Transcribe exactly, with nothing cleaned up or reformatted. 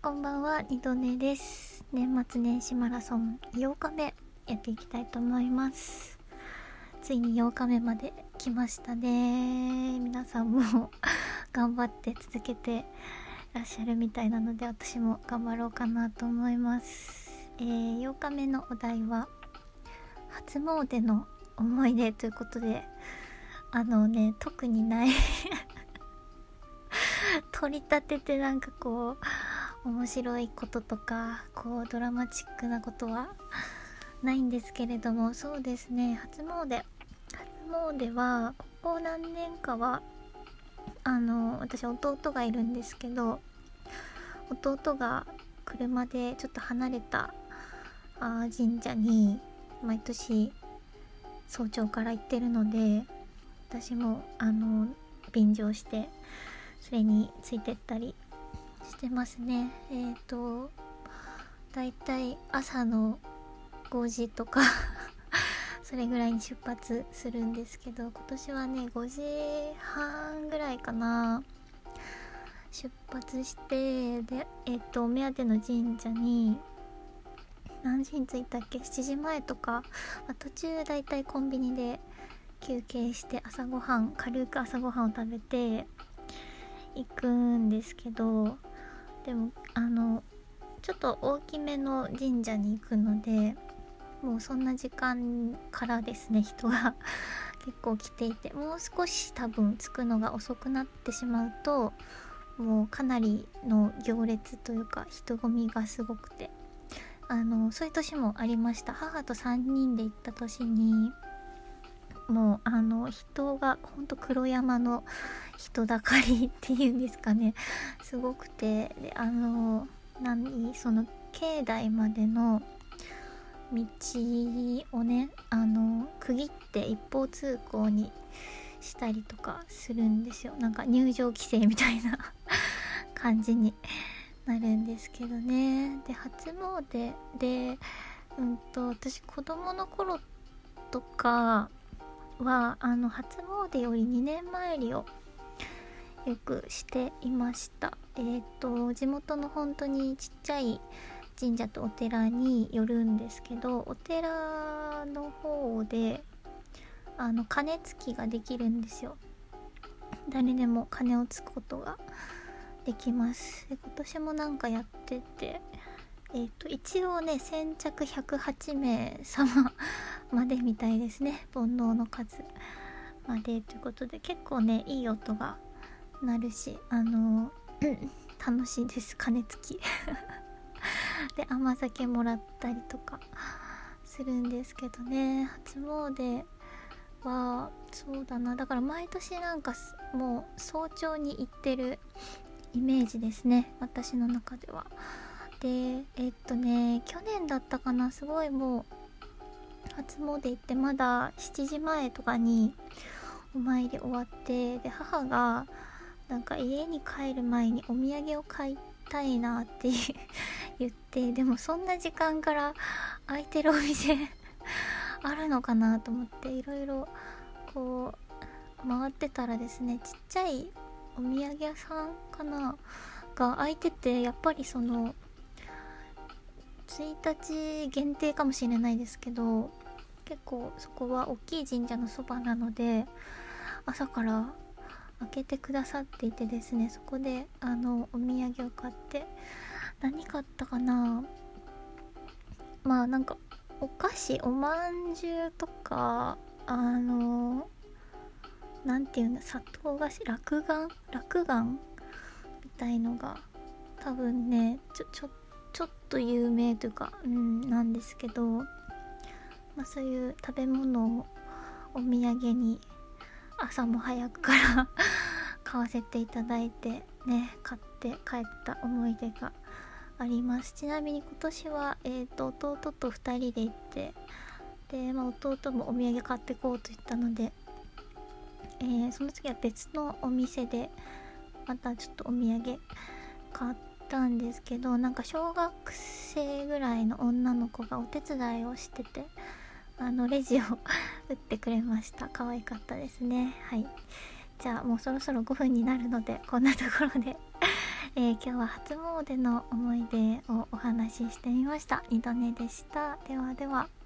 こんばんは、二度寝です。年末年始マラソンようかめやっていきたいと思います。ついにようかめまで来ましたね。皆さんも頑張って続けてらっしゃるみたいなので、私も頑張ろうかなと思います。えー、ようかめのお題は初詣の思い出ということで、あのね特にない取り立ててなんかこう面白いこととかこうドラマチックなことはないんですけれども、そうですね、初詣初詣はここ何年かはあの私弟がいるんですけど、弟が車でちょっと離れたあ神社に毎年早朝から行ってるので、私もあの便乗してそれについてったりしてますね。えっとだいたい朝のごじとかそれぐらいに出発するんですけど、今年はねごじはんぐらいかな出発して、でえっとお目当ての神社に何時に着いたっけ、しちじまえとか、まあ、途中だいたいコンビニで休憩して朝ごはん軽く朝ごはんを食べて行くんですけど、でもあのちょっと大きめの神社に行くので、もうそんな時間からですね人が結構来ていて、もう少し多分着くのが遅くなってしまうともうかなりの行列というか人混みがすごくて、あのそういう年もありました。母とさんにんで行った年にもうあの人がほんと黒山の人だかりっていうんですかね、すごくて、であの何その境内までの道をねあの区切って一方通行にしたりとかするんですよ。なんか入場規制みたいな感じになるんですけどね。で初詣でうんと私子供の頃とかはあの初詣よりにねんまえりをよくしていました。えっと地元の本当にちっちゃい神社とお寺に寄るんですけど、お寺の方であの鐘つきができるんですよ。誰でも鐘をつくことができます。で今年もなんかやってて、えっと一応ね先着ひゃくはちめい様までみたいですね、煩悩の数までということで、結構ねいい音が鳴るしあの楽しいです、鐘つきで甘酒もらったりとかするんですけどね。初詣はそうだな、だから毎年なんかもう早朝に行ってるイメージですね、私の中では。でえっとね去年だったかな、すごいもう初詣行ってまだしちじまえとかにお参り終わって、で母がなんか家に帰る前にお土産を買いたいなって言って、でもそんな時間から開いてるお店あるのかなと思っていろいろこう回ってたらですね、ちっちゃいお土産屋さんかなが開いてて、やっぱりそのついたち限定かもしれないですけど、結構そこは大きい神社のそばなので朝から開けてくださっていてですね、そこであのお土産を買って、何買ったかな、まあなんかお菓子おまんじゅうとかあのなんていうんだ砂糖菓子落雁落雁みたいのが多分ねちょちょちょっと有名というか、うん、なんですけど、まあ、そういう食べ物をお土産に朝も早くから買わせていただいてね、買って帰った思い出があります。ちなみに今年は、えーと、弟とふたりで行って、で、まあ、弟もお土産買ってこうと言ったので、えー、その次は別のお店でまたちょっとお土産買ったんですけど、なんか小学生ぐらいの女の子がお手伝いをしてて、あのレジを打ってくれました。可愛かったですね。はい、じゃあもうそろそろごふんになるのでこんなところでえー、今日は初詣の思い出をお話ししてみました。二度寝でした。ではでは。